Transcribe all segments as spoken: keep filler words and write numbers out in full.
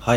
はい。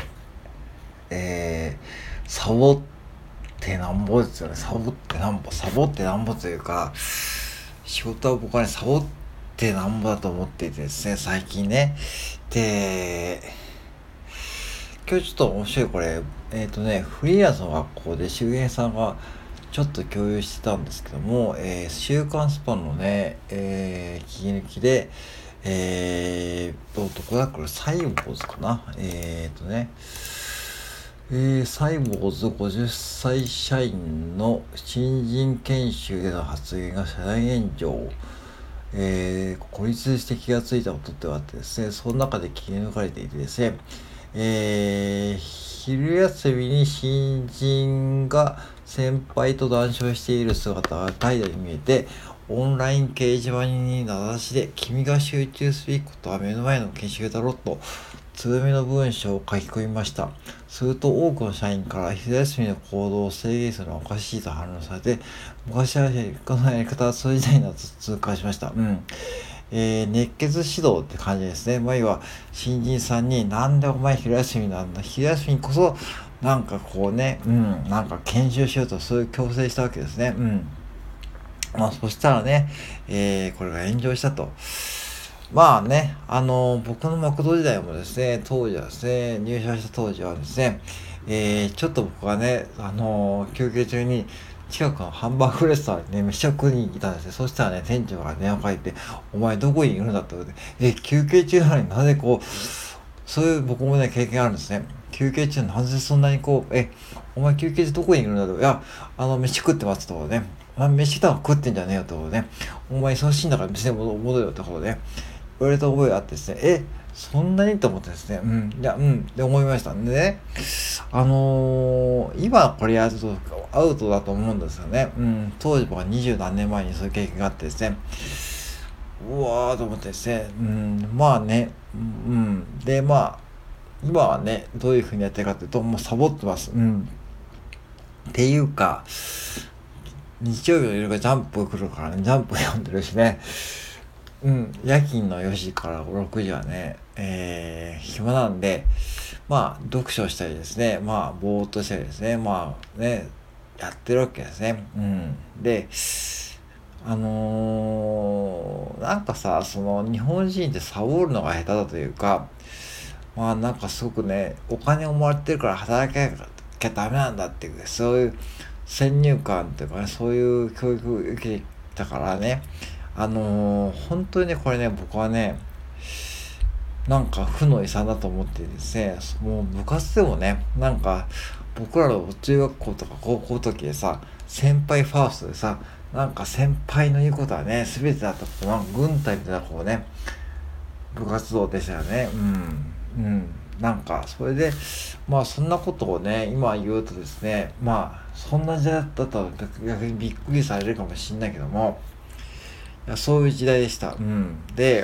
えー、サボってなんぼですよね。サボってなんぼ、サボってなんぼというか、仕事は僕はね、サボってなんぼだと思っていてですね、最近ね。で、今日ちょっと面白いこれ、えっ、とね、フリーランスの学校で周平さんがちょっと共有してたんですけども、えー、週刊スパンのね、えー、切り抜きで、えーと、どこだこれ、サイボーズかな。えーとね、えー、サイボーズごじゅっさい社員の新人研修での発言が社内炎上、えー、孤立して気がついたことってあってですね、その中で切り抜かれていてですね、えー、昼休みに新人が先輩と談笑している姿が怠惰に見えて、オンライン掲示板に名指しで、君が集中すべきことは目の前の研修だろと、強めの文章を書き込みました。すると多くの社員から昼休みの行動を制限するのはおかしいと反論されて、昔はこのやり方は通じないなと痛感しました。うん。えー、熱血指導って感じですね。まあ、要は、新人さんに、なんでお前昼休みなんだ、昼休みこそ、なんかこうね、うん、なんか研修しようと、そういう強制したわけですね。うん。まあ、そしたらね、えー、これが炎上したと。まあね、あの、僕のマクド時代もですね、当時はですね、入社した当時はですね、えー、ちょっと僕はね、あのー休憩中に、近くのハンバーグレストランにね、飯食いにいたんですよ。そしたらね、店長が電話かけて、お前どこにいるんだって言われて、え、休憩中なのになぜこう、そういう僕もね、経験あるんですね。休憩中なぜそんなにこう、え、お前休憩中どこにいるんだと。いや、あの、飯食ってますとね。お前飯だ食ってんじゃねえよとね。お前忙しいんだから店に戻るよってことね。言われた覚えがあってですね、え、そんなにと思ってですね、うん、いや、うん、って思いました。んでね、あのー、今これやるとアウトだと思うんですよね。うん、当時僕は二十何年前にそういう経験があってですね、うわーと思ってですね、うん、まあね、うん、で、まあ、今はね、どういう風にやってるかというと、もうサボってます。うん。っていうか、日曜日の夜がジャンプ来るからね、ジャンプ読んでるしね。うん、夜勤のよじからろくじはね、えー、暇なんで、まあ、読書したりですね、まあ、ぼーっとしたりですね、まあ、ね、やってるわけですね。うん。で、あのー、なんかさ、その、日本人ってサボるのが下手だというか、まあ、なんかすごくね、お金をもらってるから働かなきゃダメなんだっていう、そういう先入観というかね、そういう教育を受けてきたからね、あのー、本当にね、これね、僕はね、なんか負の遺産だと思ってですね、もう部活でもね、なんか僕らの中学校とか高校の時でさ、先輩ファーストでさ、なんか先輩の言うことはね、全てだと、なんか軍隊みたいなこうね、部活動でしたよね。うん。うん。なんか、それで、まあそんなことをね、今言うとですね、まあ、そんな時代だったら逆にびっくりされるかもしんないけども、いや、そういう時代でした。うん。で、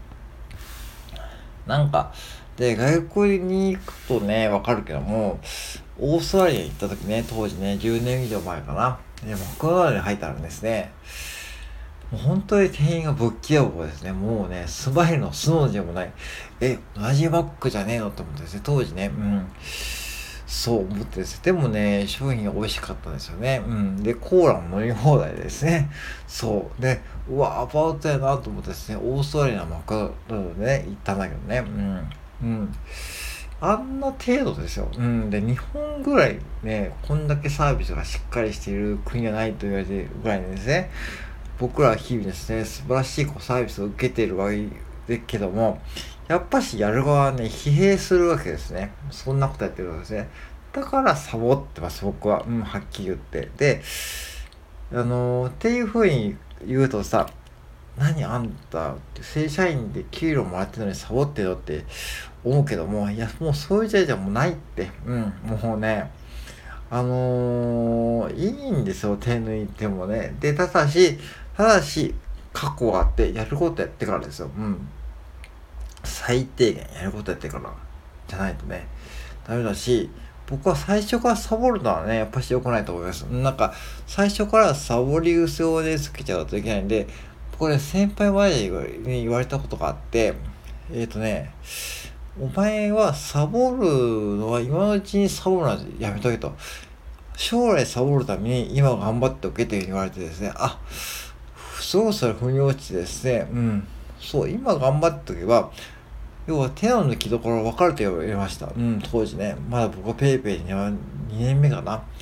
なんか、で、外国に行くとね、わかるけども、オーストラリアに行った時ね、当時ね、じゅうねん以上前かな。で、マクドナルドに入ったらですね、もう本当に店員がぶっきらぼうですね。もうね、スマイルの素の字もない。え、同じバッグじゃねえのって思ってですね、当時ね、うん。そう思ってですね。でもね、商品が美味しかったんですよね。うん。で、コーラも飲み放題でですね。そう。で、うわ、アパートやなと思ってですね、オーストラリアのマクドナルドでね、行ったんだけどね。うん。うん。あんな程度ですよ。うん。で、日本ぐらいね、こんだけサービスがしっかりしている国はないと言われているぐらいですね。僕らは日々ですね、素晴らしいこうサービスを受けているわけですけども、やっぱしやる側はね、疲弊するわけですね。そんなことやってるわけですね。だからサボってます、僕は。うん、はっきり言って。で、あのーっていう風に言うとさ、何あんたって正社員で給料もらってるのにサボってよって思うけども、いや、もうそういう時代じゃもうないって。うん、もうね、あのーいいんですよ、手抜いてもね。で、ただし、ただし、過去があって、やることやってからですよ。うん。最低限やることやってから。じゃないとね、ダメだし、僕は最初からサボるのはね、やっぱし良くないと思います。なんか、最初からサボり癖をね、つけちゃうといけないんで、これ先輩前に言われたことがあって、えっ、ー、とね、 お前はサボるのは今のうちにサボるのはやめとけと。将来サボるために今頑張っておけというふうに言われてですね、あ、すごくそれ腑に落ちてですね、うん、そう、今頑張っておけば、要は手の抜きどころ分かると言われました。うん、当時ね、まだ僕はペイペイにはにねんめかな。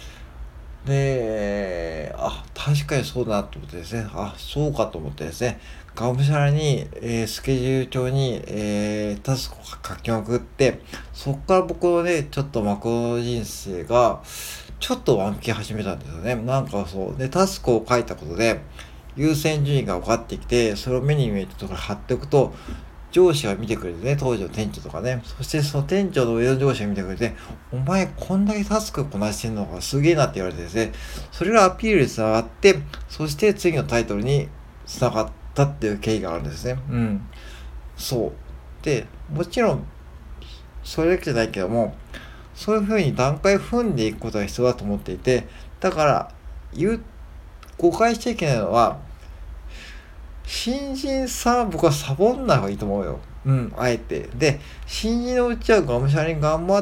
で、あ、確かにそうだなと思ってですね、あ、そうかと思ってですね、がむしゃらに、えースケジュール帳に、えータスクを書きまくって、そこから僕のね、ちょっとマクロ人生が、ちょっとワンき始めたんですよね。なんかそう。で、タスクを書いたことで、優先順位が分かってきて、それを目に見えたところに貼っておくと、上司が見てくれてね、当時の店長とかね、そしてその店長の上の上司が見てくれて、お前こんだけタスクこなしてんのがすげえなって言われてですね、それがアピールにつながって、そして次のタイトルにつながったっていう経緯があるんですね。うん。そう。で、もちろん、それだけじゃないけども、そういうふうに段階踏んでいくことが必要だと思っていて、だから、言う、誤解しちゃいけないのは、新人さんは僕はサボんない方がいいと思うよ。うん、あえて。で、新人のうちはがむしゃらに頑張って、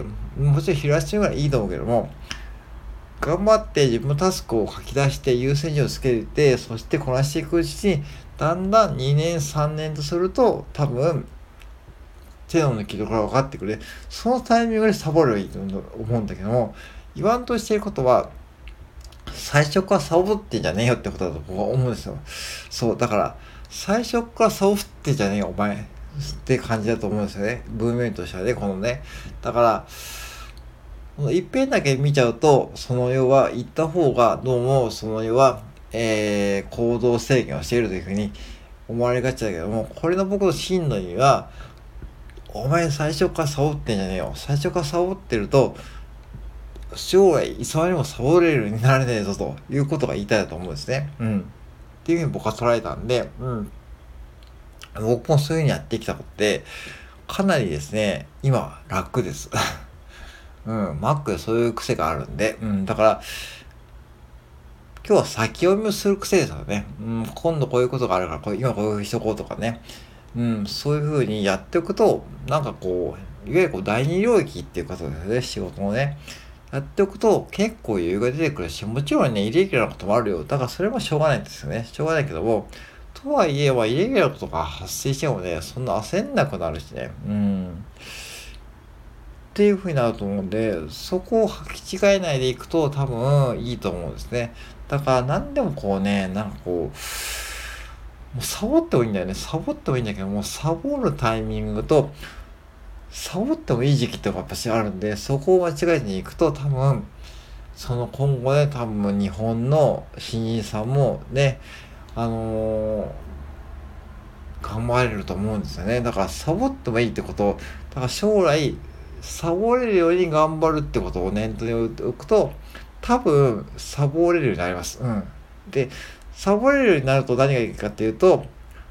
もちろん平してるぐらいいいと思うけども、頑張って自分のタスクを書き出して優先順位をつけて、そしてこなしていくうちに、だんだんにねん、さんねんとすると、多分、手の抜きどころが分かってくる。そのタイミングでサボればいいと思うんだけども、言わんとしていることは、最初からサボってんじゃねえよってことだと僕は思うんですよ。そう、だから、最初からサボってんじゃねえよ、お前。って感じだと思うんですよね。文面としてはね、このね。だから、この一辺だけ見ちゃうと、その要は言った方が、どうも、その要は、えー、行動制限をしているというふうに思われがちだけども、これの僕の真の意味は、お前最初からサボってんじゃねえよ。最初からサボってると、将来、いつまでもサボれるようになれねえぞということが言いたいだと思うんですね。うん。っていうふうに僕は捉えたんで、うん。僕もそういうふうにやってきたことで、かなりですね、今、楽です。うん。Mac でそういう癖があるんで、うん。だから、今日は先読みをする癖ですよね。うん。今度こういうことがあるから、こう今こういうふうにしとこうとかね。うん。そういうふうにやっておくと、なんかこう、いわゆるこう第二領域っていうことですね、仕事のね。やっておくと結構余裕が出てくるし、もちろんね、イレギュラーなこともあるよ。だからそれもしょうがないんですよね。しょうがないけども、とはいえ、まあ、イレギュラーなことが発生してもね、そんな焦んなくなるしね。うん。っていう風になると思うんで、そこを履き違えないでいくと多分いいと思うんですね。だから何でもこうね、なんかこう、もうサボってもいいんだよね。サボってもいいんだけども、サボるタイミングと、サボってもいい時期ってやっぱしあるんで、そこを間違えずにいくと多分、その今後ね、多分日本の新人さんもね、あのー頑張れると思うんですよね。だからサボってもいいってこと、だから将来、サボれるように頑張るってことを念頭に置いておくと、多分、サボれるようになります。うん。で、サボれるようになると何がいいかっていうと、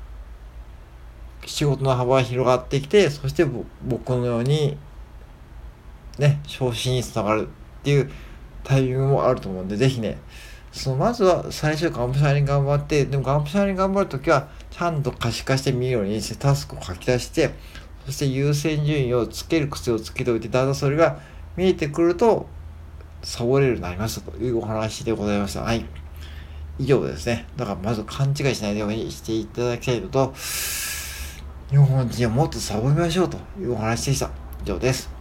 仕事の幅が広がってきて、そして僕のように、ね、昇進につながるっていうタイミングもあると思うんで、ぜひね、そのまずは最初がむしゃらに頑張って、でもがむしゃらに頑張るときは、ちゃんと可視化してみるようにしてタスクを書き出して、そして優先順位をつける癖をつけておいて、だんだんそれが見えてくると、サボれるようになりましたというお話でございました。はい。以上ですね。だからまず勘違いしないようにしていただきたいのと、日本人はもっとサボりましょうというお話でした。以上です。